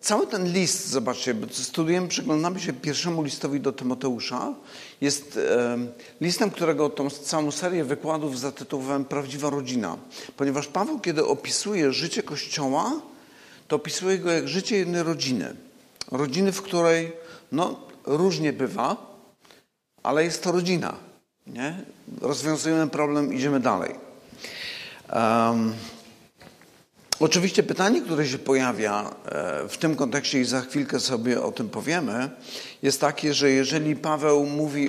cały ten list, zobaczcie, bo studujemy, przyglądamy się pierwszemu listowi do Tymoteusza. Jest listem, którego tą całą serię wykładów zatytułowałem Prawdziwa rodzina. Ponieważ Paweł, kiedy opisuje życie Kościoła, to opisuje go jak życie jednej rodziny. Rodziny, w której różnie bywa, ale jest to rodzina. Nie? Rozwiązujemy problem, idziemy dalej. Oczywiście pytanie, które się pojawia w tym kontekście i za chwilkę sobie o tym powiemy, jest takie, że jeżeli Paweł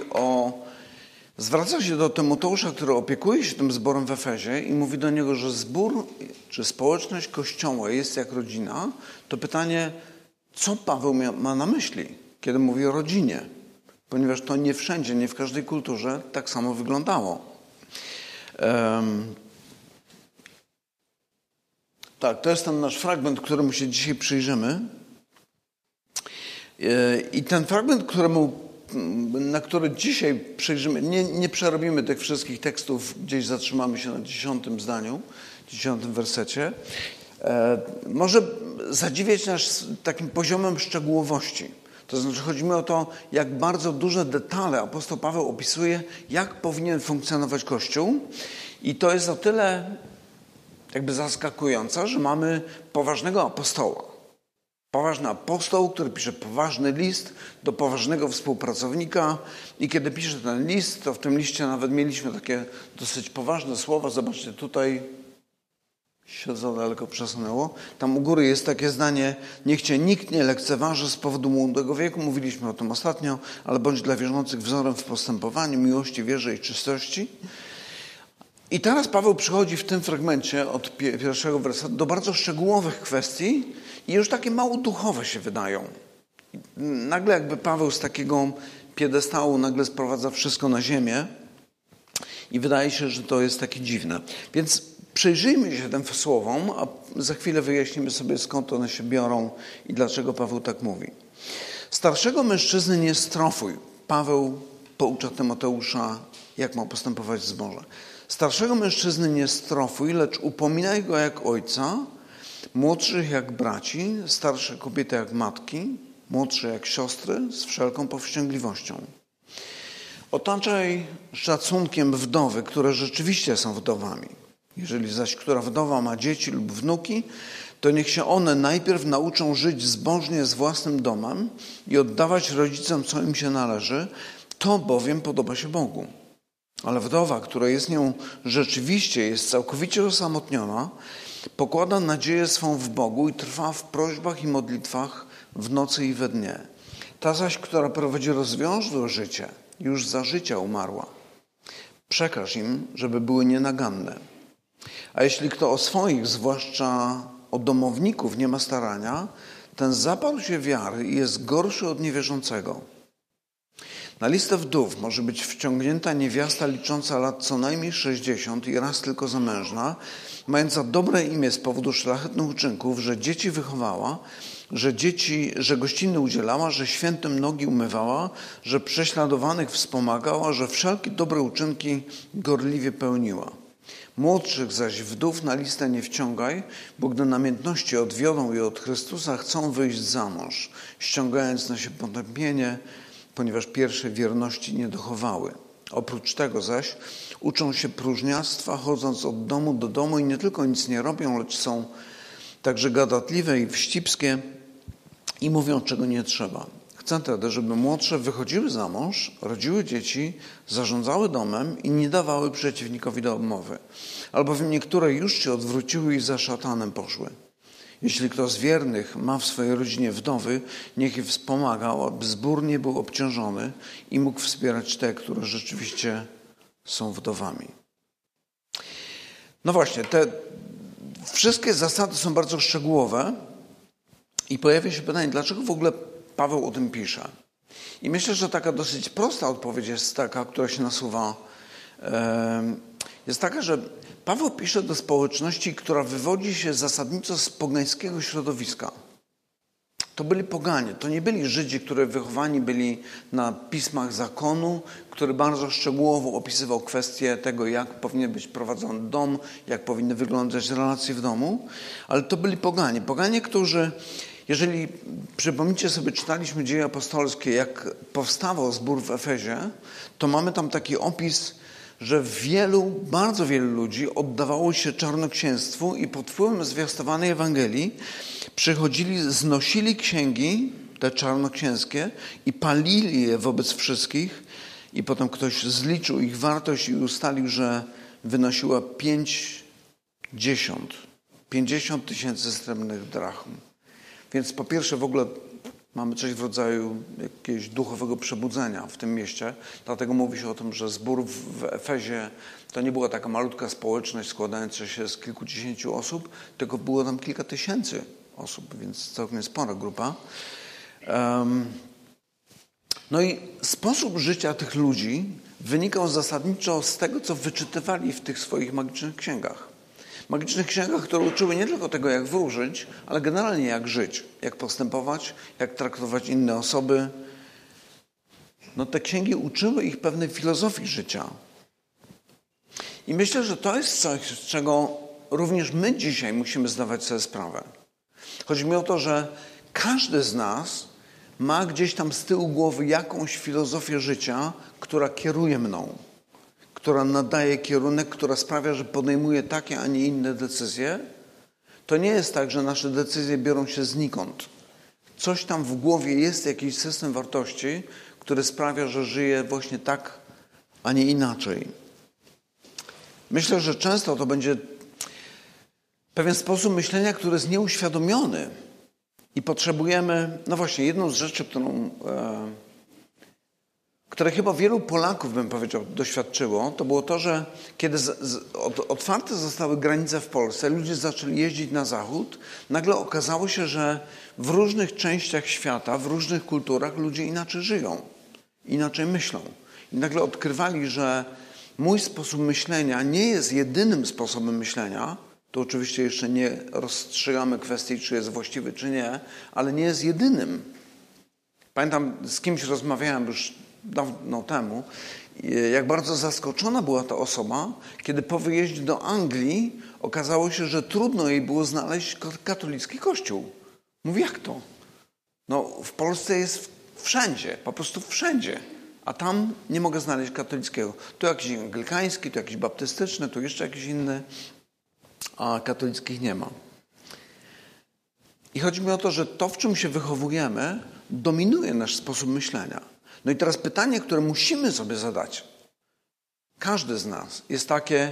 zwraca się do Tymoteusza, który opiekuje się tym zborem w Efezie i mówi do niego, że zbór czy społeczność Kościoła jest jak rodzina, to pytanie, co Paweł ma na myśli, kiedy mówi o rodzinie? Ponieważ to nie wszędzie, nie w każdej kulturze tak samo wyglądało. Tak, to jest ten nasz fragment, któremu się dzisiaj przyjrzymy. I ten fragment, na który dzisiaj przyjrzymy, nie przerobimy tych wszystkich tekstów, gdzieś zatrzymamy się na 10 zdaniu, 10 wersecie. Może zadziwiać nas takim poziomem szczegółowości. To znaczy chodzi mi o to, jak bardzo duże detale apostoł Paweł opisuje, jak powinien funkcjonować Kościół. I to jest o tyle jakby zaskakujące, że mamy poważnego apostoła. Poważny apostoł, który pisze poważny list do poważnego współpracownika i kiedy pisze ten list, to w tym liście nawet mieliśmy takie dosyć poważne słowa. Zobaczcie, tutaj się za daleko przesunęło. Tam u góry jest takie zdanie: niech cię nikt nie lekceważy z powodu młodego wieku. Mówiliśmy o tym ostatnio, ale bądź dla wierzących wzorem w postępowaniu, miłości, wierze i czystości. I teraz Paweł przychodzi w tym fragmencie od pierwszego wersetu do bardzo szczegółowych kwestii i już takie mało duchowe się wydają. Nagle jakby Paweł z takiego piedestału nagle sprowadza wszystko na ziemię i wydaje się, że to jest takie dziwne. Więc przyjrzyjmy się tym słowom, a za chwilę wyjaśnimy sobie, skąd one się biorą i dlaczego Paweł tak mówi. Starszego mężczyzny nie strofuj. Paweł poucza Tymoteusza, jak ma postępować w zborze. Starszego mężczyzny nie strofuj, lecz upominaj go jak ojca, młodszych jak braci, starsze kobiety jak matki, młodsze jak siostry, z wszelką powściągliwością. Otaczaj szacunkiem wdowy, które rzeczywiście są wdowami. Jeżeli zaś która wdowa ma dzieci lub wnuki, to niech się one najpierw nauczą żyć zbożnie z własnym domem i oddawać rodzicom, co im się należy, to bowiem podoba się Bogu. Ale wdowa, która jest nią rzeczywiście, jest całkowicie osamotniona, pokłada nadzieję swą w Bogu i trwa w prośbach i modlitwach w nocy i we dnie. Ta zaś, która prowadzi rozwiążne życie, już za życia umarła. Przekaż im, żeby były nienaganne. A jeśli kto o swoich, zwłaszcza o domowników, nie ma starania, ten zaparł się wiary i jest gorszy od niewierzącego. Na listę wdów może być wciągnięta niewiasta licząca lat co najmniej 60 i raz tylko zamężna, mająca dobre imię z powodu szlachetnych uczynków, że dzieci wychowała, że gościny udzielała, że świętym nogi umywała, że prześladowanych wspomagała, że wszelkie dobre uczynki gorliwie pełniła. Młodszych zaś wdów na listę nie wciągaj, bo gdy namiętności odwiodą je od Chrystusa, chcą wyjść za mąż, ściągając na siebie potępienie, ponieważ pierwszej wierności nie dochowały. Oprócz tego zaś uczą się próżniactwa, chodząc od domu do domu i nie tylko nic nie robią, lecz są także gadatliwe i wścibskie i mówią, czego nie trzeba. Chcę tedy, żeby młodsze wychodziły za mąż, rodziły dzieci, zarządzały domem i nie dawały przeciwnikowi do obmowy. Albowiem niektóre już się odwróciły i za szatanem poszły. Jeśli kto z wiernych ma w swojej rodzinie wdowy, niech je wspomagał, aby zbór nie był obciążony i mógł wspierać te, które rzeczywiście są wdowami. No właśnie, te wszystkie zasady są bardzo szczegółowe i pojawia się pytanie, dlaczego w ogóle Paweł o tym pisze. I myślę, że taka dosyć prosta odpowiedź jest taka, która się nasuwa, jest taka, że Paweł pisze do społeczności, która wywodzi się zasadniczo z pogańskiego środowiska. To byli poganie, to nie byli Żydzi, którzy wychowani byli na pismach zakonu, który bardzo szczegółowo opisywał kwestię tego, jak powinien być prowadzony dom, jak powinny wyglądać relacje w domu, ale to byli poganie. Poganie, którzy Jeżeli przypomnicie sobie, czytaliśmy Dzieje Apostolskie, jak powstawał zbór w Efezie, to mamy tam taki opis, że bardzo wielu ludzi oddawało się czarnoksięstwu i pod wpływem zwiastowanej Ewangelii przychodzili, znosili księgi, te czarnoksięskie, i palili je wobec wszystkich, i potem ktoś zliczył ich wartość i ustalił, że wynosiła 50 tysięcy srebrnych drachm. Więc po pierwsze w ogóle mamy coś w rodzaju jakiegoś duchowego przebudzenia w tym mieście. Dlatego mówi się o tym, że zbór w Efezie to nie była taka malutka społeczność składająca się z kilkudziesięciu osób, tylko było tam kilka tysięcy osób, więc całkiem spora grupa. No i sposób życia tych ludzi wynikał zasadniczo z tego, co wyczytywali w tych swoich magicznych księgach. Magicznych księgach, które uczyły nie tylko tego, jak wróżyć, ale generalnie jak żyć, jak postępować, jak traktować inne osoby. No te księgi uczyły ich pewnej filozofii życia. I myślę, że to jest coś, z czego również my dzisiaj musimy zdawać sobie sprawę. Chodzi mi o to, że każdy z nas ma gdzieś tam z tyłu głowy jakąś filozofię życia, która kieruje mną, która nadaje kierunek, która sprawia, że podejmuję takie, a nie inne decyzje. To nie jest tak, że nasze decyzje biorą się znikąd. Coś tam w głowie jest, jakiś system wartości, który sprawia, że żyję właśnie tak, a nie inaczej. Myślę, że często to będzie pewien sposób myślenia, który jest nieuświadomiony. I potrzebujemy, no właśnie, jedną z rzeczy, które chyba wielu Polaków, bym powiedział, doświadczyło, to było to, że kiedy otwarte zostały granice w Polsce, ludzie zaczęli jeździć na zachód, nagle okazało się, że w różnych częściach świata, w różnych kulturach ludzie inaczej żyją, inaczej myślą. I nagle odkrywali, że mój sposób myślenia nie jest jedynym sposobem myślenia. To oczywiście jeszcze nie rozstrzygamy kwestii, czy jest właściwy, czy nie, ale nie jest jedynym. Pamiętam, z kimś rozmawiałem już dawno temu, jak bardzo zaskoczona była ta osoba, kiedy po wyjeździe do Anglii okazało się, że trudno jej było znaleźć katolicki kościół. Mówi, jak to? No w Polsce jest wszędzie, po prostu wszędzie, a tam nie mogę znaleźć katolickiego. Tu jakiś anglikański, tu jakiś baptystyczny, tu jeszcze jakiś inny, a katolickich nie ma. I chodzi mi o to, że to, w czym się wychowujemy, dominuje nasz sposób myślenia. No i teraz pytanie, które musimy sobie zadać, każdy z nas, jest takie: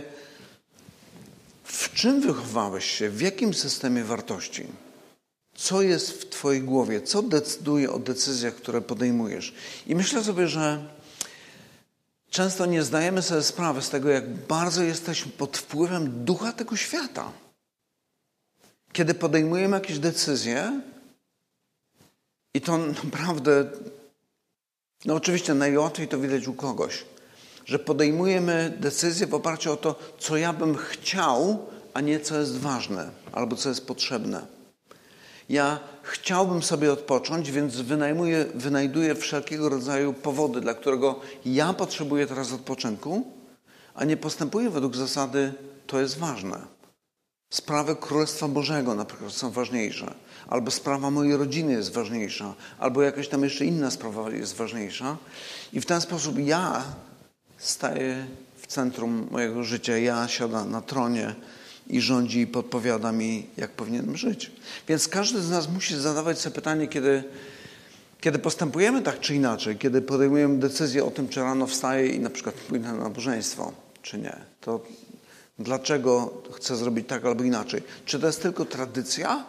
w czym wychowałeś się, w jakim systemie wartości? Co jest w twojej głowie? Co decyduje o decyzjach, które podejmujesz? I myślę sobie, że często nie zdajemy sobie sprawy z tego, jak bardzo jesteśmy pod wpływem ducha tego świata. Kiedy podejmujemy jakieś decyzje, i to naprawdę, no oczywiście najłatwiej to widać u kogoś, że podejmujemy decyzję w oparciu o to, co ja bym chciał, a nie co jest ważne albo co jest potrzebne. Ja chciałbym sobie odpocząć, więc wynajduję wszelkiego rodzaju powody, dla którego ja potrzebuję teraz odpoczynku, a nie postępuję według zasady, to jest ważne. Sprawy Królestwa Bożego na przykład są ważniejsze, albo sprawa mojej rodziny jest ważniejsza, albo jakaś tam jeszcze inna sprawa jest ważniejsza. I w ten sposób ja staję w centrum mojego życia, ja siadam na tronie i rządzi i podpowiada mi, jak powinienem żyć. Więc każdy z nas musi zadawać sobie pytanie, kiedy postępujemy tak czy inaczej, kiedy podejmujemy decyzję o tym, czy rano wstaję i na przykład pójdę na nabożeństwo, czy nie. To dlaczego chcę zrobić tak albo inaczej? Czy to jest tylko tradycja?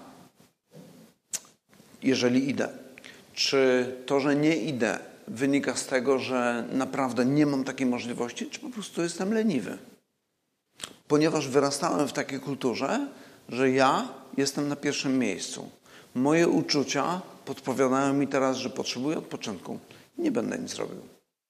Jeżeli idę. Czy to, że nie idę, wynika z tego, że naprawdę nie mam takiej możliwości, czy po prostu jestem leniwy? Ponieważ wyrastałem w takiej kulturze, że ja jestem na pierwszym miejscu. Moje uczucia podpowiadają mi teraz, że potrzebuję odpoczynku. Nie będę nic robił.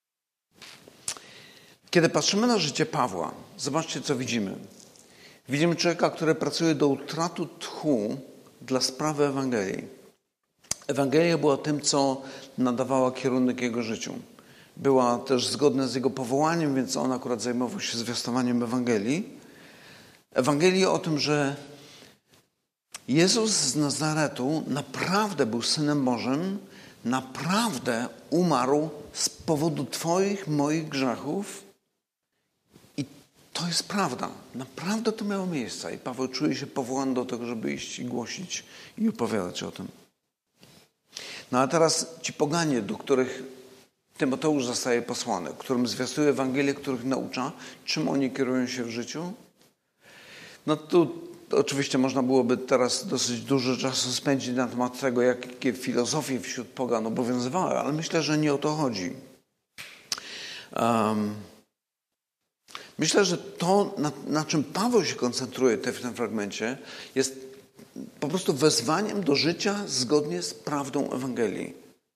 Kiedy patrzymy na życie Pawła, zobaczcie, co widzimy. Widzimy człowieka, który pracuje do utraty tchu dla sprawy Ewangelii. Ewangelia była tym, co nadawała kierunek jego życiu. Była też zgodna z jego powołaniem, więc on akurat zajmował się zwiastowaniem Ewangelii. Ewangelii o tym, że Jezus z Nazaretu naprawdę był Synem Bożym, naprawdę umarł z powodu twoich, moich grzechów. I to jest prawda. Naprawdę to miało miejsce. I Paweł czuje się powołany do tego, żeby iść i głosić i opowiadać o tym. No a teraz ci poganie, do których Tymoteusz zostaje posłany, którym zwiastuje Ewangelię, których naucza, czym oni kierują się w życiu. No tu oczywiście można byłoby teraz dosyć dużo czasu spędzić na temat tego, jakie filozofie wśród pogan obowiązywały, ale myślę, że nie o to chodzi. Myślę, że to, na czym Paweł się koncentruje w tym fragmencie, jest po prostu wezwaniem do życia zgodnie z prawdą Ewangelii.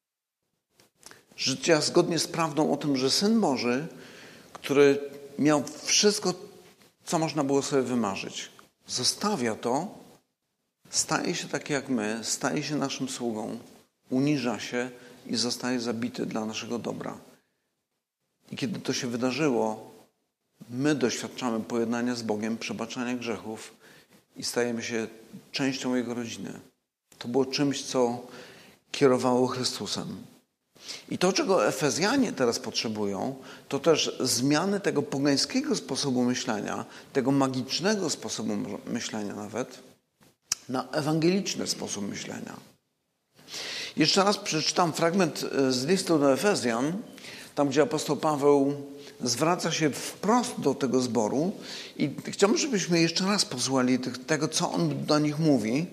Życia zgodnie z prawdą o tym, że Syn Boży, który miał wszystko, co można było sobie wymarzyć, zostawia to, staje się taki jak my, staje się naszym sługą, uniża się i zostaje zabity dla naszego dobra. I kiedy to się wydarzyło, my doświadczamy pojednania z Bogiem, przebaczania grzechów i stajemy się częścią Jego rodziny. To było czymś, co kierowało Chrystusem. I to, czego Efezjanie teraz potrzebują, to też zmiany tego pogańskiego sposobu myślenia, tego magicznego sposobu myślenia nawet, na ewangeliczny sposób myślenia. Jeszcze raz przeczytam fragment z listu do Efezjan, tam gdzie apostoł Paweł zwraca się wprost do tego zboru i chciałbym, żebyśmy jeszcze raz posłuchali tego, co on do nich mówi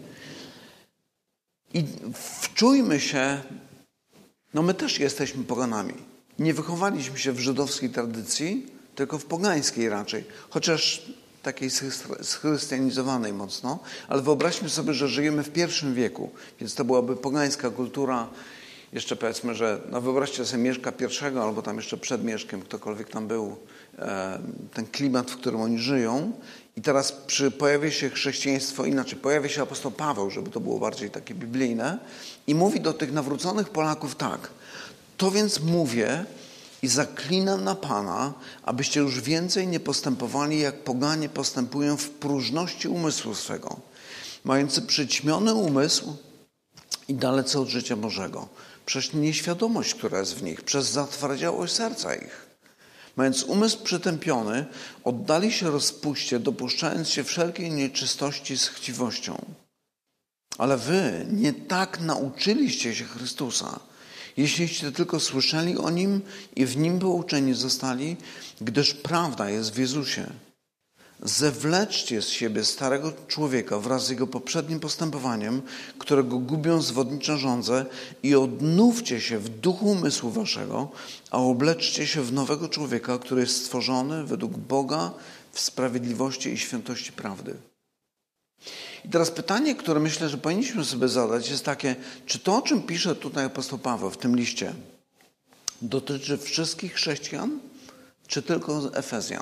i wczujmy się. No my też jesteśmy poganami. Nie wychowaliśmy się w żydowskiej tradycji, tylko w pogańskiej raczej. Chociaż takiej schrystianizowanej mocno. Ale wyobraźmy sobie, że żyjemy w I wieku. Więc to byłaby pogańska kultura. Jeszcze powiedzmy, że no wyobraźcie sobie Mieszka I albo tam jeszcze przed Mieszkiem, ktokolwiek tam był, ten klimat, w którym oni żyją. I teraz pojawia się chrześcijaństwo inaczej. Pojawia się apostoł Paweł, żeby to było bardziej takie biblijne. I mówi do tych nawróconych Polaków tak. To więc mówię i zaklinam na Pana, abyście już więcej nie postępowali, jak poganie postępują w próżności umysłu swego, mający przyćmiony umysł i dalece od życia Bożego, przez nieświadomość, która jest w nich, przez zatwardziałość serca ich. Mając umysł przytępiony, oddali się rozpuście, dopuszczając się wszelkiej nieczystości z chciwością. Ale wy nie tak nauczyliście się Chrystusa, jeśliście tylko słyszeli o Nim i w Nim pouczeni zostali, gdyż prawda jest w Jezusie. Zewleczcie z siebie starego człowieka wraz z jego poprzednim postępowaniem, którego gubią zwodnicze żądze i odnówcie się w duchu umysłu waszego, a obleczcie się w nowego człowieka, który jest stworzony według Boga w sprawiedliwości i świętości prawdy. I teraz pytanie, które myślę, że powinniśmy sobie zadać, jest takie, czy to, o czym pisze tutaj apostoł Paweł w tym liście, dotyczy wszystkich chrześcijan, czy tylko Efezjan?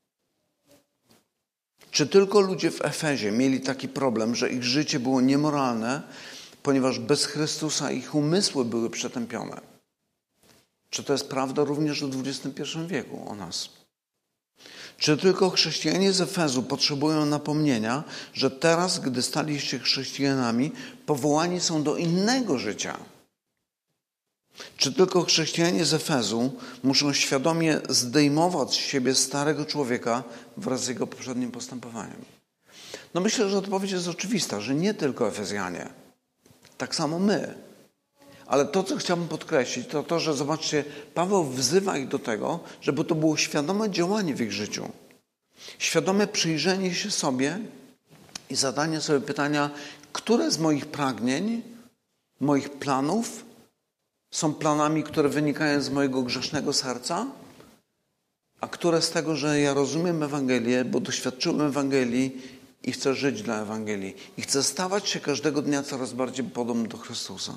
Czy tylko ludzie w Efezie mieli taki problem, że ich życie było niemoralne, ponieważ bez Chrystusa ich umysły były przetępione? Czy to jest prawda również w XXI wieku o nas? Czy tylko chrześcijanie z Efezu potrzebują napomnienia, że teraz, gdy staliście chrześcijanami, powołani są do innego życia? Czy tylko chrześcijanie z Efezu muszą świadomie zdejmować z siebie starego człowieka wraz z jego poprzednim postępowaniem? No myślę, że odpowiedź jest oczywista, że nie tylko Efezjanie. Tak samo my. Ale to, co chciałbym podkreślić, to to, że zobaczcie, Paweł wzywa ich do tego, żeby to było świadome działanie w ich życiu. Świadome przyjrzenie się sobie i zadanie sobie pytania, które z moich pragnień, moich planów są planami, które wynikają z mojego grzesznego serca, a które z tego, że ja rozumiem Ewangelię, bo doświadczyłem Ewangelii i chcę żyć dla Ewangelii. I chcę stawać się każdego dnia coraz bardziej podobny do Chrystusa.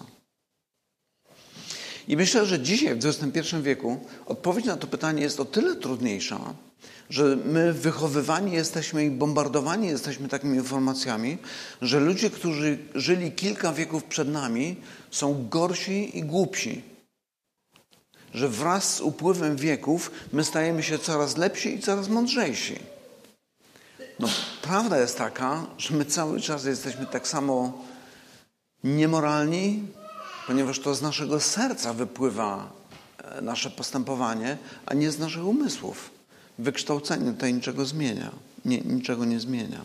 I myślę, że dzisiaj, w XXI wieku, odpowiedź na to pytanie jest o tyle trudniejsza, że my wychowywani jesteśmy i bombardowani jesteśmy takimi informacjami, że ludzie, którzy żyli kilka wieków przed nami, są gorsi i głupsi. Że wraz z upływem wieków my stajemy się coraz lepsi i coraz mądrzejsi. No, prawda jest taka, że my cały czas jesteśmy tak samo niemoralni, ponieważ to z naszego serca wypływa nasze postępowanie, a nie z naszych umysłów. Wykształcenie tutaj niczego zmienia. Niczego nie zmienia.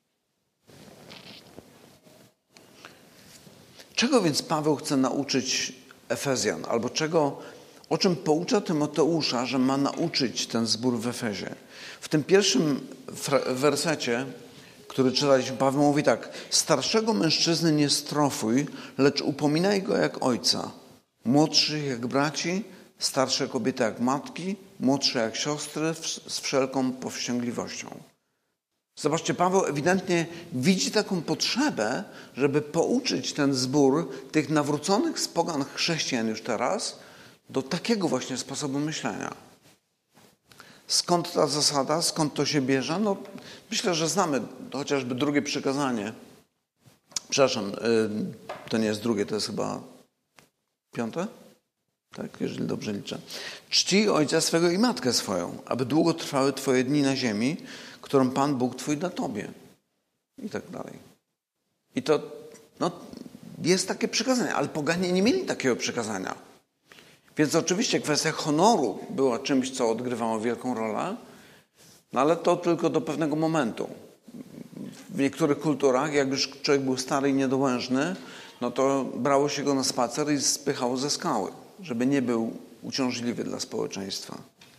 Czego więc Paweł chce nauczyć Efezjan? Albo o czym poucza Tymoteusza, że ma nauczyć ten zbór w Efezie? W tym pierwszym wersecie, który czytaliśmy, Paweł mówi tak: starszego mężczyzny nie strofuj, lecz upominaj go jak ojca, młodszych jak braci, starsze kobiety jak matki, młodsze jak siostry, z wszelką powściągliwością. Zobaczcie, Paweł ewidentnie widzi taką potrzebę, żeby pouczyć ten zbór tych nawróconych z pogan chrześcijan już teraz do takiego właśnie sposobu myślenia. Skąd ta zasada? Skąd to się bierze? No, myślę, że znamy chociażby drugie przykazanie. Przepraszam, to nie jest drugie, to jest chyba 5? Tak, jeżeli dobrze liczę. Czcij ojca swego i matkę swoją, aby długo trwały twoje dni na ziemi, którą Pan Bóg twój da tobie. I tak dalej. I to jest takie przykazanie, ale poganie nie mieli takiego przykazania. Więc oczywiście kwestia honoru była czymś, co odgrywało wielką rolę, no ale to tylko do pewnego momentu. W niektórych kulturach, jak już człowiek był stary i niedołężny, no to brało się go na spacer i spychało ze skały, żeby nie był uciążliwy dla społeczeństwa.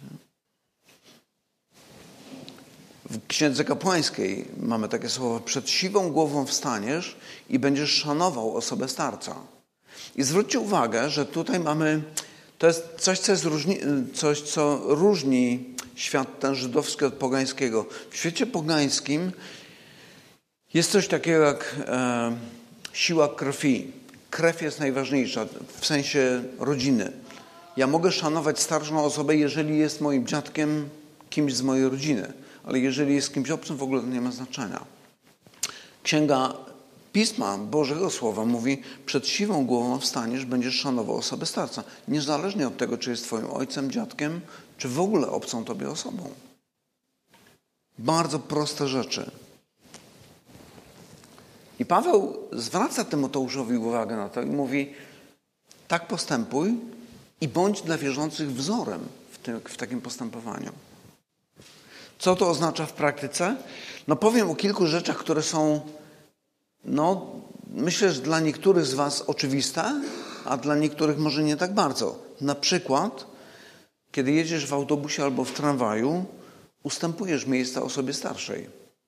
W Księdze Kapłańskiej mamy takie słowa: przed siwą głową wstaniesz i będziesz szanował osobę starca. I zwróćcie uwagę, że tutaj mamy, to jest coś, co różni świat ten żydowski od pogańskiego. W świecie pogańskim jest coś takiego jak siła krwi. Krew jest najważniejsza w sensie rodziny. Ja mogę szanować starszą osobę, jeżeli jest moim dziadkiem, kimś z mojej rodziny. Ale jeżeli jest kimś obcym, w ogóle to nie ma znaczenia. Księga Pisma Bożego Słowa mówi: przed siwą głową wstaniesz, będziesz szanował osobę starca. Niezależnie od tego, czy jest twoim ojcem, dziadkiem, czy w ogóle obcą tobie osobą. Bardzo proste rzeczy. I Paweł zwraca Tymoteuszowi uwagę na to i mówi: tak postępuj i bądź dla wierzących wzorem w takim postępowaniu. Co to oznacza w praktyce? No powiem o kilku rzeczach, które są, myślę, że dla niektórych z was oczywiste, a dla niektórych może nie tak bardzo. Na przykład, kiedy jedziesz w autobusie albo w tramwaju, ustępujesz miejsca osobie starszej.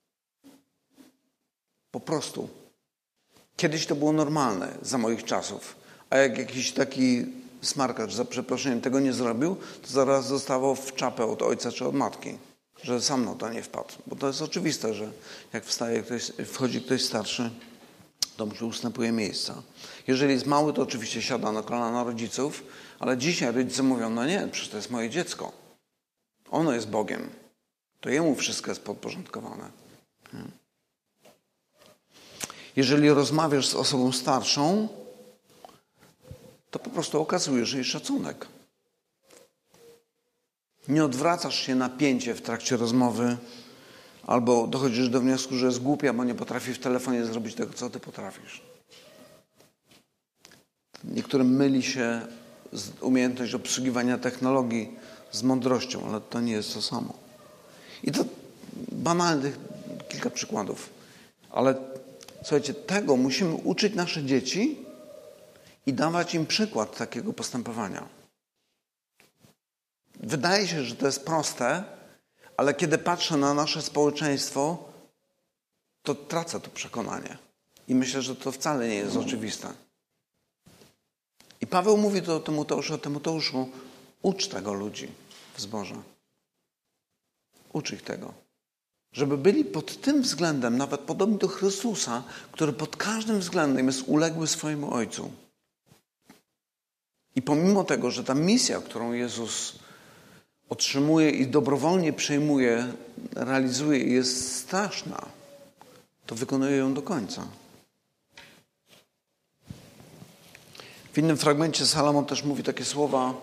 Po prostu. Kiedyś to było normalne, za moich czasów. A jak jakiś taki smarkacz, za przeproszeniem, tego nie zrobił, to zaraz dostawał w czapę od ojca czy od matki, że sam na to nie wpadł. Bo to jest oczywiste, że jak wchodzi ktoś starszy, to mu się ustępuje miejsca. Jeżeli jest mały, to oczywiście siada na kolana rodziców, ale dzisiaj rodzice mówią: no nie, przecież to jest moje dziecko. Ono jest Bogiem. To jemu wszystko jest podporządkowane. Jeżeli rozmawiasz z osobą starszą, to po prostu okazujesz jej szacunek. Nie odwracasz się napięcie w trakcie rozmowy albo dochodzisz do wniosku, że jest głupia, bo nie potrafi w telefonie zrobić tego, co ty potrafisz. Niektórym myli się umiejętność obsługiwania technologii z mądrością, ale to nie jest to samo. I to banalnych kilka przykładów. Ale słuchajcie, tego musimy uczyć nasze dzieci i dawać im przykład takiego postępowania. Wydaje się, że to jest proste, ale kiedy patrzę na nasze społeczeństwo, to tracę to przekonanie. I myślę, że to wcale nie jest oczywiste. I Paweł mówi do Tymoteuszu, ucz tego ludzi w zborze. Ucz ich tego. Żeby byli pod tym względem nawet podobni do Chrystusa, który pod każdym względem jest uległy swojemu Ojcu. I pomimo tego, że ta misja, którą Jezus otrzymuje i dobrowolnie przejmuje, realizuje i jest straszna, to wykonuje ją do końca. W innym fragmencie Salomon też mówi takie słowa: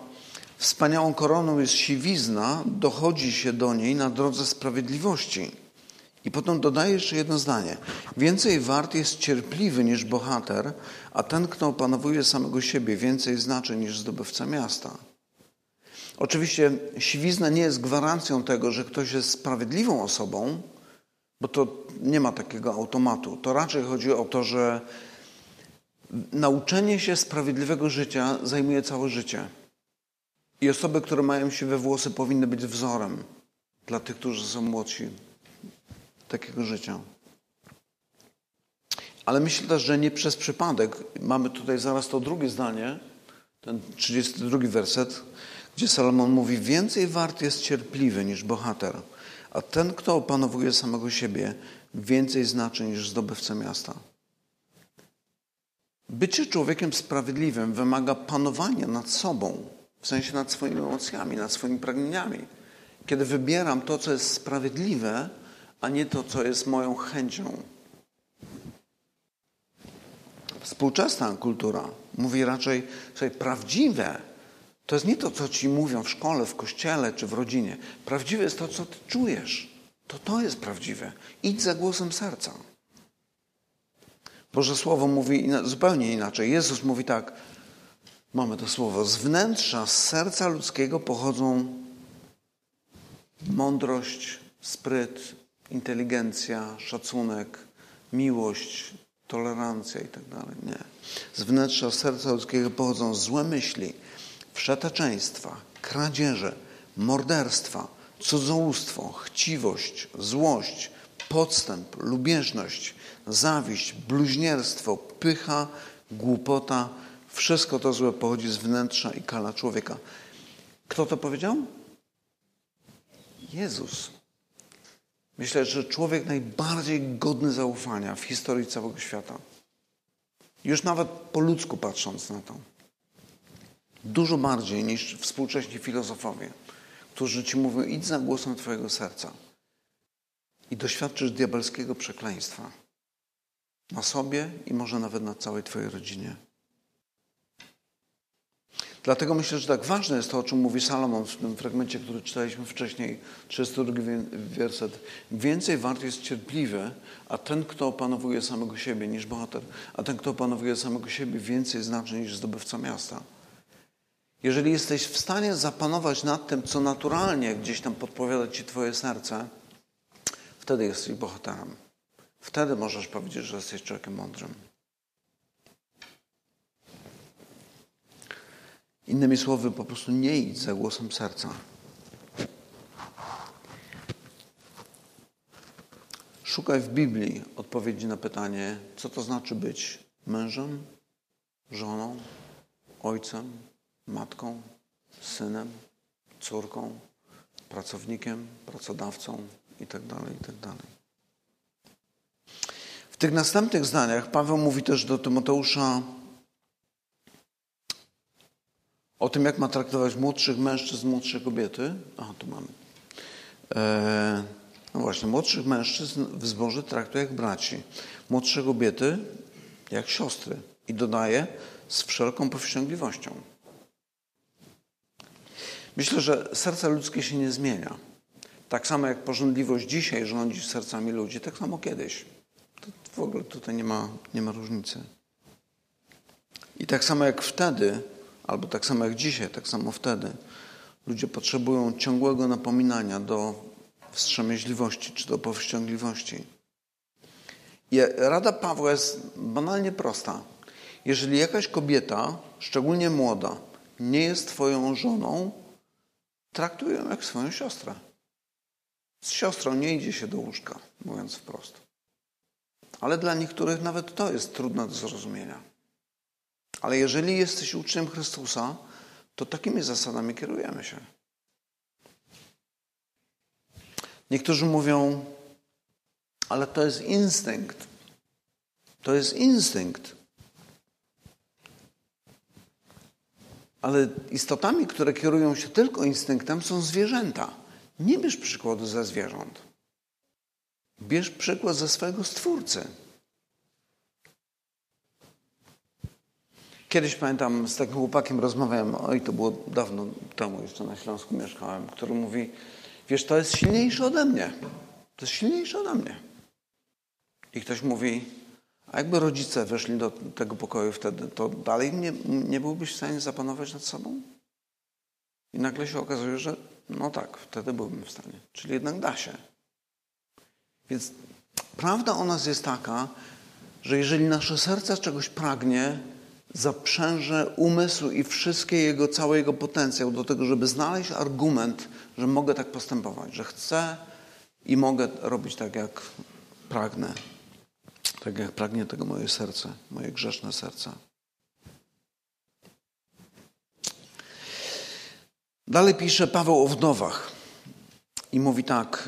wspaniałą koroną jest siwizna, dochodzi się do niej na drodze sprawiedliwości I potem dodaje jeszcze jedno zdanie. Więcej wart jest cierpliwy niż bohater, a ten, kto opanowuje samego siebie, więcej znaczy niż zdobywca miasta. Oczywiście siwizna nie jest gwarancją tego, że ktoś jest sprawiedliwą osobą, bo to nie ma takiego automatu. To raczej chodzi o to, że nauczenie się sprawiedliwego życia zajmuje całe życie. I osoby, które mają siwe włosy, powinny być wzorem dla tych, którzy są młodsi takiego życia. Ale myślę też, że nie przez przypadek. Mamy tutaj zaraz to drugie zdanie, ten 32 werset, gdzie Salomon mówi: więcej wart jest cierpliwy niż bohater, a ten, kto opanowuje samego siebie, więcej znaczy niż zdobywca miasta. Bycie człowiekiem sprawiedliwym wymaga panowania nad sobą, w sensie nad swoimi emocjami, nad swoimi pragnieniami. Kiedy wybieram to, co jest sprawiedliwe, a nie to, co jest moją chęcią. Współczesna kultura mówi raczej, że prawdziwe to jest nie to, co ci mówią w szkole, w kościele czy w rodzinie. Prawdziwe jest to, co ty czujesz. To jest prawdziwe. Idź za głosem serca. Boże Słowo mówi zupełnie inaczej. Jezus mówi tak, mamy to słowo: z wnętrza, z serca ludzkiego pochodzą mądrość, spryt, inteligencja, szacunek, miłość, tolerancja i tak dalej. Nie. Z wnętrza serca ludzkiego pochodzą złe myśli, wszeteczeństwa, kradzieże, morderstwa, cudzołóstwo, chciwość, złość, podstęp, lubieżność, zawiść, bluźnierstwo, pycha, głupota. Wszystko to złe pochodzi z wnętrza i kala człowieka. Kto to powiedział? Jezus. Myślę, że człowiek najbardziej godny zaufania w historii całego świata. Już nawet po ludzku patrząc na to. Dużo bardziej niż współcześni filozofowie, którzy ci mówią: idź za głosem twojego serca. I doświadczysz diabelskiego przekleństwa. Na sobie i może nawet na całej twojej rodzinie. Dlatego myślę, że tak ważne jest to, o czym mówi Salomon w tym fragmencie, który czytaliśmy wcześniej, 32 werset. Więcej wart jest cierpliwy, a ten, kto opanowuje samego siebie, niż bohater. A ten, kto opanowuje samego siebie, więcej znaczy niż zdobywca miasta. Jeżeli jesteś w stanie zapanować nad tym, co naturalnie gdzieś tam podpowiada ci twoje serce, wtedy jesteś bohaterem. Wtedy możesz powiedzieć, że jesteś człowiekiem mądrym. Innymi słowy, po prostu nie idź za głosem serca. Szukaj w Biblii odpowiedzi na pytanie, co to znaczy być mężem, żoną, ojcem, matką, synem, córką, pracownikiem, pracodawcą itd., itd. W tych następnych zdaniach Paweł mówi też do Tymoteusza o tym, jak ma traktować młodszych mężczyzn, młodsze kobiety. Tu mamy. No właśnie, młodszych mężczyzn w zborze traktuje jak braci. Młodsze kobiety jak siostry. I dodaje, z wszelką powściągliwością. Myślę, że serce ludzkie się nie zmienia. Tak samo jak pożądliwość dzisiaj rządzi sercami ludzi, tak samo kiedyś. To w ogóle tutaj nie ma różnicy. I tak samo jak wtedy, albo tak samo jak dzisiaj, tak samo wtedy, ludzie potrzebują ciągłego napominania do wstrzemięźliwości czy do powściągliwości. I rada Pawła jest banalnie prosta. Jeżeli jakaś kobieta, szczególnie młoda, nie jest twoją żoną, traktuj ją jak swoją siostrę. Z siostrą nie idzie się do łóżka, mówiąc wprost. Ale dla niektórych nawet to jest trudne do zrozumienia. Ale jeżeli jesteś uczniem Chrystusa, to takimi zasadami kierujemy się. Niektórzy mówią, ale to jest instynkt. To jest instynkt. Ale istotami, które kierują się tylko instynktem, są zwierzęta. Nie bierz przykładu ze zwierząt. Bierz przykład ze swojego Stwórcy. Kiedyś pamiętam, z takim chłopakiem rozmawiałem, to było dawno temu, jeszcze na Śląsku mieszkałem, który mówi, wiesz, to jest silniejsze ode mnie. To jest silniejsze ode mnie. I ktoś mówi, a jakby rodzice weszli do tego pokoju wtedy, to dalej nie byłbyś w stanie zapanować nad sobą? I nagle się okazuje, że no tak, wtedy byłbym w stanie. Czyli jednak da się. Więc prawda o nas jest taka, że jeżeli nasze serce czegoś pragnie, zaprzęże umysł i cały jego potencjał do tego, żeby znaleźć argument, że mogę tak postępować, że chcę i mogę robić tak, jak pragnę. Tak jak pragnie tego moje serce, moje grzeszne serce. Dalej pisze Paweł o wdowach i mówi tak.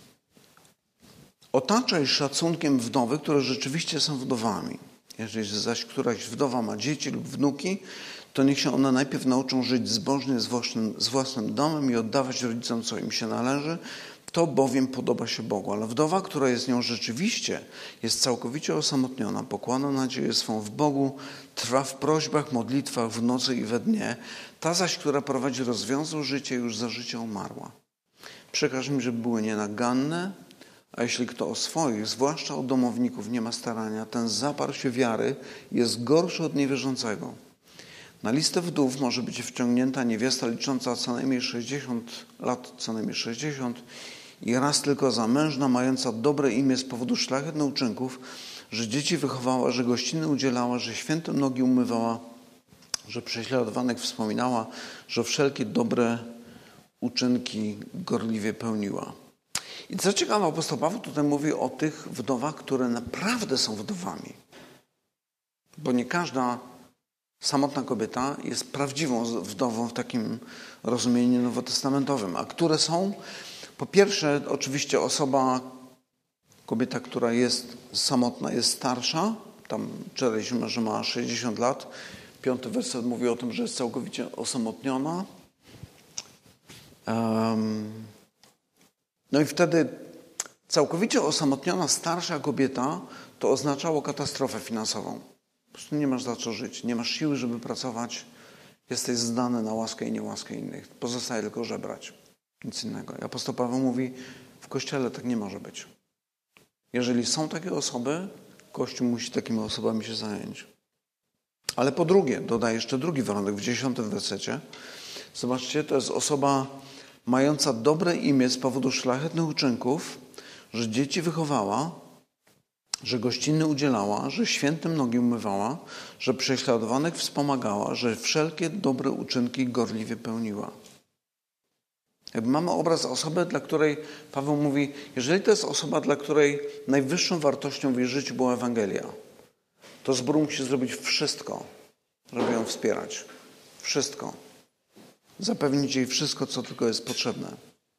Otaczaj szacunkiem wdowy, które rzeczywiście są wdowami. Jeżeli zaś któraś wdowa ma dzieci lub wnuki, to niech się one najpierw nauczą żyć zbożnie z własnym domem i oddawać rodzicom, co im się należy. To bowiem podoba się Bogu. Ale wdowa, która jest nią rzeczywiście, jest całkowicie osamotniona, pokłada nadzieję swą w Bogu, trwa w prośbach, modlitwach w nocy i we dnie. Ta zaś, która prowadzi rozwiązłe życie, już za życia umarła. Przekaż mi, żeby były nienaganne, a jeśli kto o swoich, zwłaszcza o domowników, nie ma starania, ten zaparł się wiary jest gorszy od niewierzącego. Na listę wdów może być wciągnięta niewiasta licząca co najmniej 60 lat, i raz tylko zamężna, mająca dobre imię z powodu szlachetnych uczynków, że dzieci wychowała, że gościny udzielała, że świętym nogi umywała, że prześladowanych wspominała, że wszelkie dobre uczynki gorliwie pełniła. I co ciekawe, apostoł Paweł tutaj mówi o tych wdowach, które naprawdę są wdowami. Bo nie każda samotna kobieta jest prawdziwą wdową w takim rozumieniu nowotestamentowym. A które są? Po pierwsze, oczywiście kobieta, która jest samotna, jest starsza. Tam czytaliśmy, że ma 60 lat. 5 werset mówi o tym, że jest całkowicie osamotniona. No i wtedy całkowicie osamotniona starsza kobieta to oznaczało katastrofę finansową. Po prostu nie masz za co żyć, nie masz siły, żeby pracować, jesteś zdany na łaskę i niełaskę innych. Pozostaje tylko żebrać. Nic innego. I apostoł Paweł mówi, w Kościele tak nie może być. Jeżeli są takie osoby, Kościół musi takimi osobami się zająć. Ale po drugie, dodaję jeszcze drugi warunek w 10 wersecie. Zobaczcie, to jest osoba mająca dobre imię z powodu szlachetnych uczynków, że dzieci wychowała, że gościny udzielała, że świętym nogi umywała, że prześladowanych wspomagała, że wszelkie dobre uczynki gorliwie pełniła. Jakby mamy obraz osoby, dla której Paweł mówi, jeżeli to jest osoba, dla której najwyższą wartością w jej życiu była Ewangelia, to zbór musi zrobić wszystko, żeby ją wspierać. Wszystko. Zapewnić jej wszystko, co tylko jest potrzebne.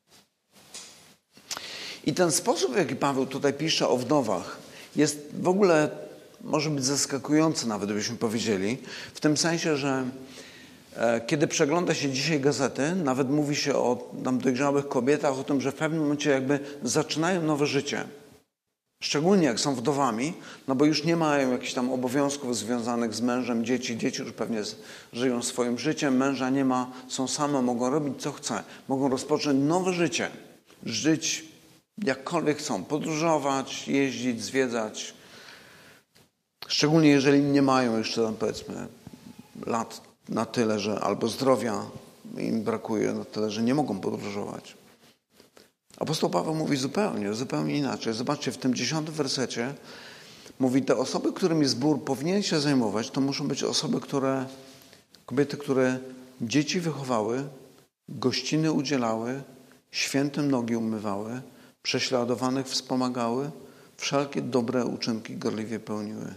I ten sposób, w jaki Paweł tutaj pisze o wdowach, jest w ogóle, może być zaskakujący nawet, byśmy powiedzieli, w tym sensie, że kiedy przegląda się dzisiaj gazety, nawet mówi się o tam dojrzałych kobietach, o tym, że w pewnym momencie jakby zaczynają nowe życie. Szczególnie jak są wdowami, no bo już nie mają jakichś tam obowiązków związanych z mężem, dzieci już pewnie żyją swoim życiem, męża nie ma, są same, mogą robić co chce, mogą rozpocząć nowe życie, żyć jakkolwiek chcą, podróżować, jeździć, zwiedzać. Szczególnie jeżeli nie mają jeszcze tam powiedzmy lat na tyle, że albo zdrowia im brakuje na tyle, że nie mogą podróżować. Apostoł Paweł mówi zupełnie inaczej. Zobaczcie, w tym 10 wersecie mówi, te osoby, którymi zbór powinien się zajmować, to muszą być kobiety, które dzieci wychowały, gościny udzielały, świętym nogi umywały, prześladowanych wspomagały, wszelkie dobre uczynki gorliwie pełniły.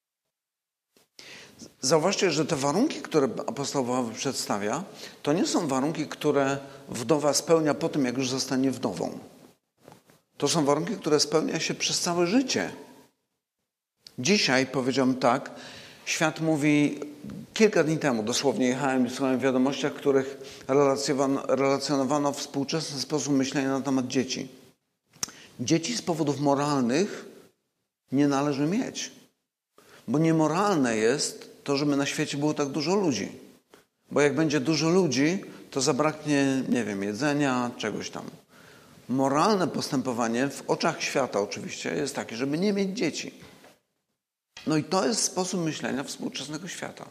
Zauważcie, że te warunki, które apostoł Paweł przedstawia, to nie są warunki, które wdowa spełnia po tym, jak już zostanie wdową. To są warunki, które spełnia się przez całe życie. Dzisiaj, powiedziałbym tak, świat mówi, kilka dni temu dosłownie jechałem i słuchałem w wiadomościach, w których relacjonowano współczesny sposób myślenia na temat dzieci. Dzieci z powodów moralnych nie należy mieć. Bo niemoralne jest to, żeby na świecie było tak dużo ludzi. Bo jak będzie dużo ludzi, to zabraknie, jedzenia, czegoś tam. moralne postępowanie w oczach świata oczywiście jest takie, żeby nie mieć dzieci. No i to jest sposób myślenia współczesnego świata.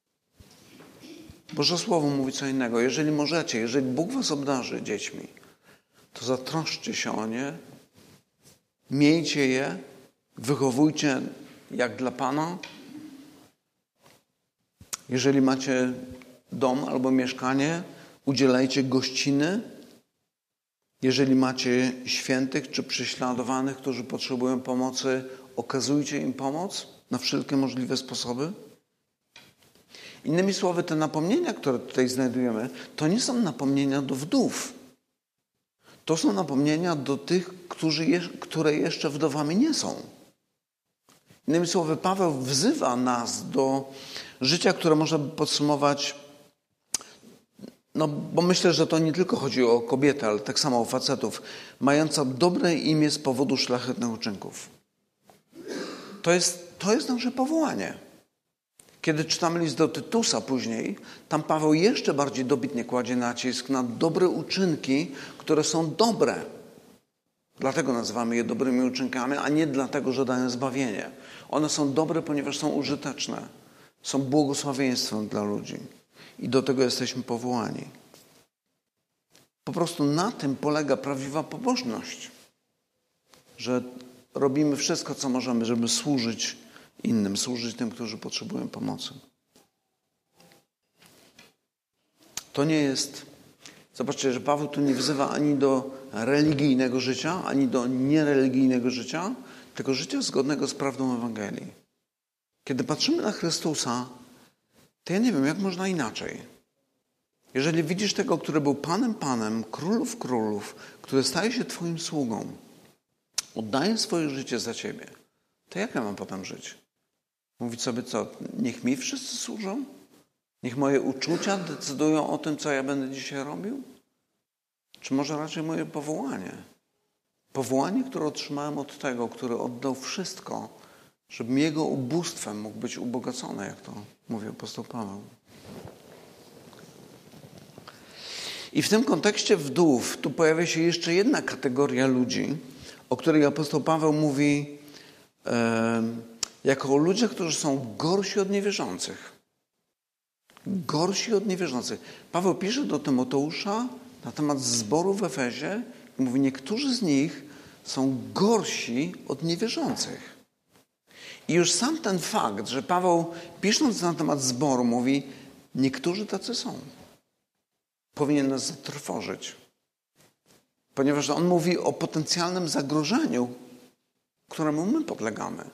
Boże Słowo mówi co innego. Jeżeli możecie, jeżeli Bóg was obdarzy dziećmi, to zatroszczcie się o nie, miejcie je, wychowujcie jak dla Pana. Jeżeli macie dom albo mieszkanie, udzielajcie gościny. Jeżeli macie świętych czy prześladowanych, którzy potrzebują pomocy, okazujcie im pomoc na wszelkie możliwe sposoby. Innymi słowy, te napomnienia, które tutaj znajdujemy, to nie są napomnienia do wdów. To są napomnienia do tych, które jeszcze wdowami nie są. Innymi słowy, Paweł wzywa nas do życia, które można by podsumować, no bo myślę, że to nie tylko chodzi o kobiety, ale tak samo o facetów, mająca dobre imię z powodu szlachetnych uczynków. To jest nasze powołanie. Kiedy czytamy list do Tytusa później, tam Paweł jeszcze bardziej dobitnie kładzie nacisk na dobre uczynki, które są dobre. Dlatego nazywamy je dobrymi uczynkami, a nie dlatego, że dają zbawienie. One są dobre, ponieważ są użyteczne. Są błogosławieństwem dla ludzi. I do tego jesteśmy powołani. Po prostu na tym polega prawdziwa pobożność. Że robimy wszystko, co możemy, żeby służyć innym, służyć tym, którzy potrzebują pomocy. To nie jest... Zobaczcie, że Paweł tu nie wzywa ani do religijnego życia, ani do niereligijnego życia, tylko życia zgodnego z prawdą Ewangelii. Kiedy patrzymy na Chrystusa, to ja nie wiem, jak można inaczej. Jeżeli widzisz tego, który był Panem, Królów Królów, który staje się Twoim sługą, oddaje swoje życie za Ciebie, to jak ja mam potem żyć? Mówić sobie co? Niech mi wszyscy służą? Niech moje uczucia decydują o tym, co ja będę dzisiaj robił? Czy może raczej moje powołanie? Powołanie, które otrzymałem od tego, który oddał wszystko, żebym jego ubóstwem mógł być ubogacony, jak to mówi apostoł Paweł. I w tym kontekście wdów tu pojawia się jeszcze jedna kategoria ludzi, o której apostoł Paweł mówi jako o ludziach, którzy są gorsi od niewierzących. Gorsi od niewierzących. Paweł pisze do Tymoteusza na temat zboru w Efezie i mówi, niektórzy z nich są gorsi od niewierzących. I już sam ten fakt, że Paweł pisząc na temat zboru mówi, niektórzy tacy są, powinien nas zatrwożyć. Ponieważ on mówi o potencjalnym zagrożeniu, któremu my podlegamy.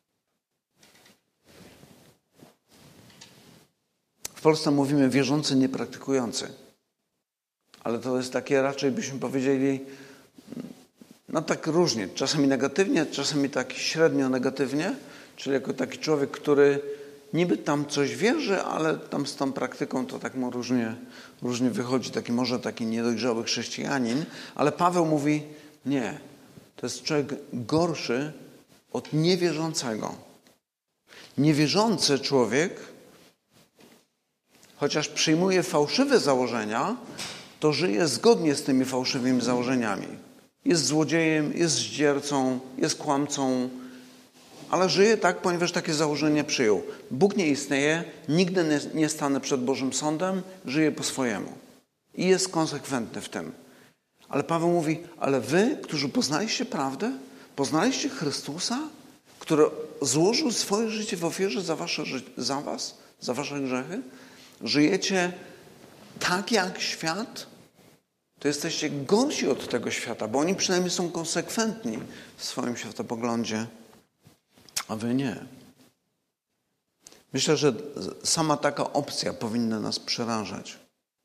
W Polsce mówimy wierzący, niepraktykujący. Ale to jest takie raczej, byśmy powiedzieli, no tak różnie. Czasami negatywnie, czasami tak średnio negatywnie. Czyli jako taki człowiek, który niby tam coś wierzy, ale tam z tą praktyką to tak mu różnie wychodzi. Taki niedojrzały chrześcijanin. Ale Paweł mówi, nie. To jest człowiek gorszy od niewierzącego. Niewierzący człowiek, chociaż przyjmuje fałszywe założenia, to żyje zgodnie z tymi fałszywymi założeniami. Jest złodziejem, jest zdziercą, jest kłamcą, ale żyje tak, ponieważ takie założenie przyjął. Bóg nie istnieje, nigdy nie stanę przed Bożym Sądem, żyje po swojemu. I jest konsekwentny w tym. Ale Paweł mówi, ale wy, którzy poznaliście prawdę, poznaliście Chrystusa, który złożył swoje życie w ofierze za was, za wasze grzechy, żyjecie tak jak świat, to jesteście gorsi od tego świata, bo oni przynajmniej są konsekwentni w swoim światopoglądzie, a wy nie. Myślę, że sama taka opcja powinna nas przerażać.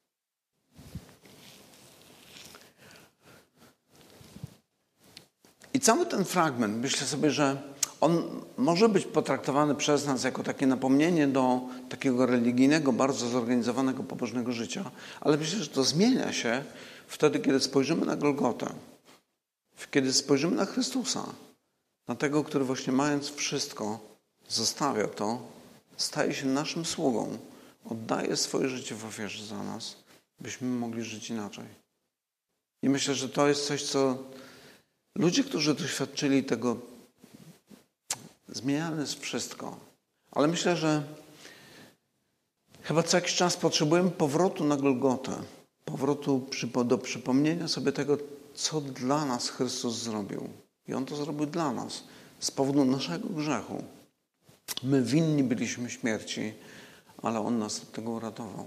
I cały ten fragment, myślę sobie, że on może być potraktowany przez nas jako takie napomnienie do takiego religijnego, bardzo zorganizowanego, pobożnego życia, ale myślę, że to zmienia się wtedy, kiedy spojrzymy na Golgotę, kiedy spojrzymy na Chrystusa, na tego, który właśnie mając wszystko, zostawia to, staje się naszym sługą, oddaje swoje życie w ofierze za nas, byśmy mogli żyć inaczej. I myślę, że to jest coś, co ludzie, którzy doświadczyli tego, zmieniane jest wszystko. Ale myślę, że chyba co jakiś czas potrzebujemy powrotu na Golgotę. Powrotu do przypomnienia sobie tego, co dla nas Chrystus zrobił. I On to zrobił dla nas. Z powodu naszego grzechu. My winni byliśmy śmierci, ale On nas od tego uratował.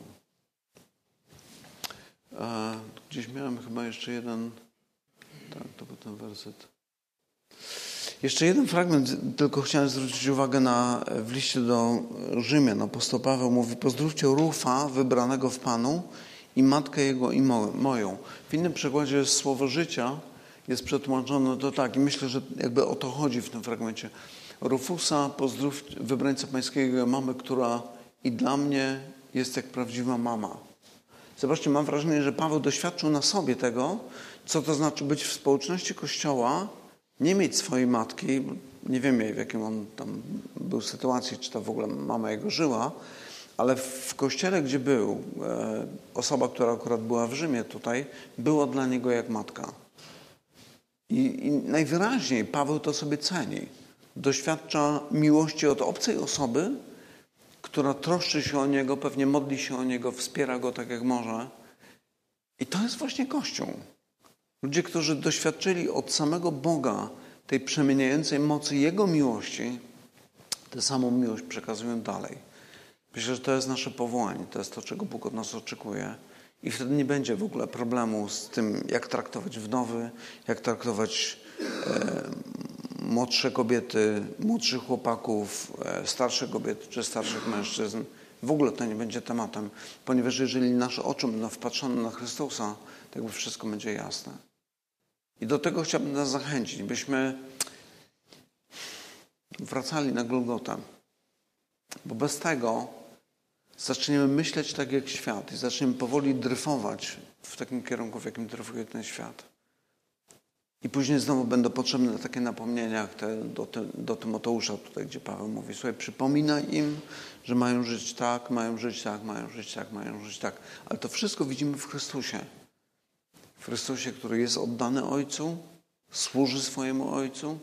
Gdzieś miałem chyba jeszcze jeden... Tak, to był ten werset. Jeszcze jeden fragment, tylko chciałem zwrócić uwagę w liście do Rzymian. Apostoł Paweł mówi: pozdrówcie Rufa, wybranego w Panu, i matkę jego i moją. W innym przekładzie słowo życia jest przetłumaczone to tak. I myślę, że jakby o to chodzi w tym fragmencie. Rufusa, pozdrów wybrańca pańskiego, mamy, która i dla mnie jest jak prawdziwa mama. Zobaczcie, mam wrażenie, że Paweł doświadczył na sobie tego, co to znaczy być w społeczności Kościoła, nie mieć swojej matki, nie wiemy w jakim on tam był sytuacji, czy to w ogóle mama jego żyła, ale w kościele, gdzie był, osoba, która akurat była w Rzymie tutaj, była dla niego jak matka. I najwyraźniej Paweł to sobie ceni. Doświadcza miłości od obcej osoby, która troszczy się o niego, pewnie modli się o niego, wspiera go tak jak może. I to jest właśnie Kościół. Ludzie, którzy doświadczyli od samego Boga tej przemieniającej mocy Jego miłości, tę samą miłość przekazują dalej. Myślę, że to jest nasze powołanie, to jest to, czego Bóg od nas oczekuje. I wtedy nie będzie w ogóle problemu z tym, jak traktować wdowy, jak traktować młodsze kobiety, młodszych chłopaków, starsze kobiety czy starszych mężczyzn. W ogóle to nie będzie tematem, ponieważ jeżeli nasze oczy będą wpatrzone na Chrystusa, to jakby wszystko będzie jasne. I do tego chciałbym nas zachęcić, byśmy wracali na Golgotę. Bo bez tego zaczniemy myśleć tak jak świat i zaczniemy powoli dryfować w takim kierunku, w jakim dryfuje ten świat. I później znowu będą potrzebne takie napomnienia, jak do Tymoteusza tutaj, gdzie Paweł mówi: słuchaj, przypominaj im, że mają żyć tak, mają żyć tak, mają żyć tak, mają żyć tak. Ale to wszystko widzimy w Chrystusie. W Chrystusie, który jest oddany Ojcu, służy swojemu Ojcu.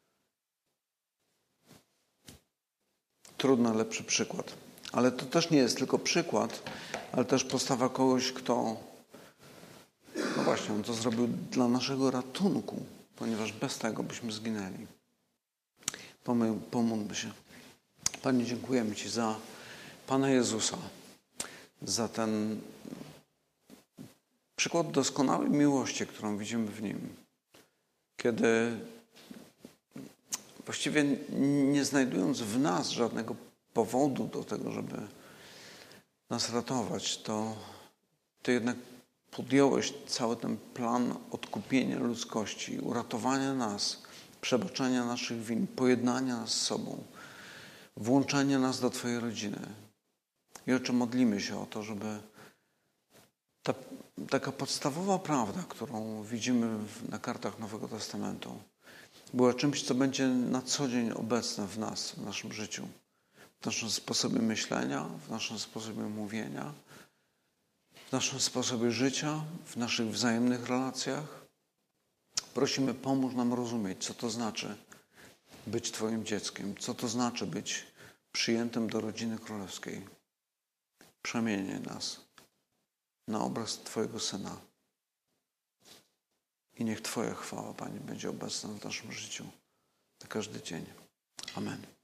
Trudno lepszy przykład. Ale to też nie jest tylko przykład, ale też postawa kogoś, kto... No właśnie, on to zrobił dla naszego ratunku, ponieważ bez tego byśmy zginęli. Pomódlmy się. Panie, dziękujemy Ci za Pana Jezusa, za ten przykład doskonałej miłości, którą widzimy w Nim. Kiedy właściwie nie znajdując w nas żadnego powodu do tego, żeby nas ratować, to Ty jednak podjąłeś cały ten plan odkupienia ludzkości, uratowania nas, przebaczenia naszych win, pojednania nas z sobą, włączenia nas do Twojej rodziny. I Ojcze, modlimy się o to, żeby taka podstawowa prawda, którą widzimy na kartach Nowego Testamentu, była czymś, co będzie na co dzień obecne w nas, w naszym życiu, w naszym sposobie myślenia, w naszym sposobie mówienia, w naszym sposobie życia, w naszych wzajemnych relacjach. Prosimy, pomóż nam rozumieć, co to znaczy być Twoim dzieckiem, co to znaczy być przyjętym do rodziny królewskiej. Przemieniaj nas na obraz Twojego Syna. I niech Twoja chwała, Panie, będzie obecna w naszym życiu na każdy dzień. Amen.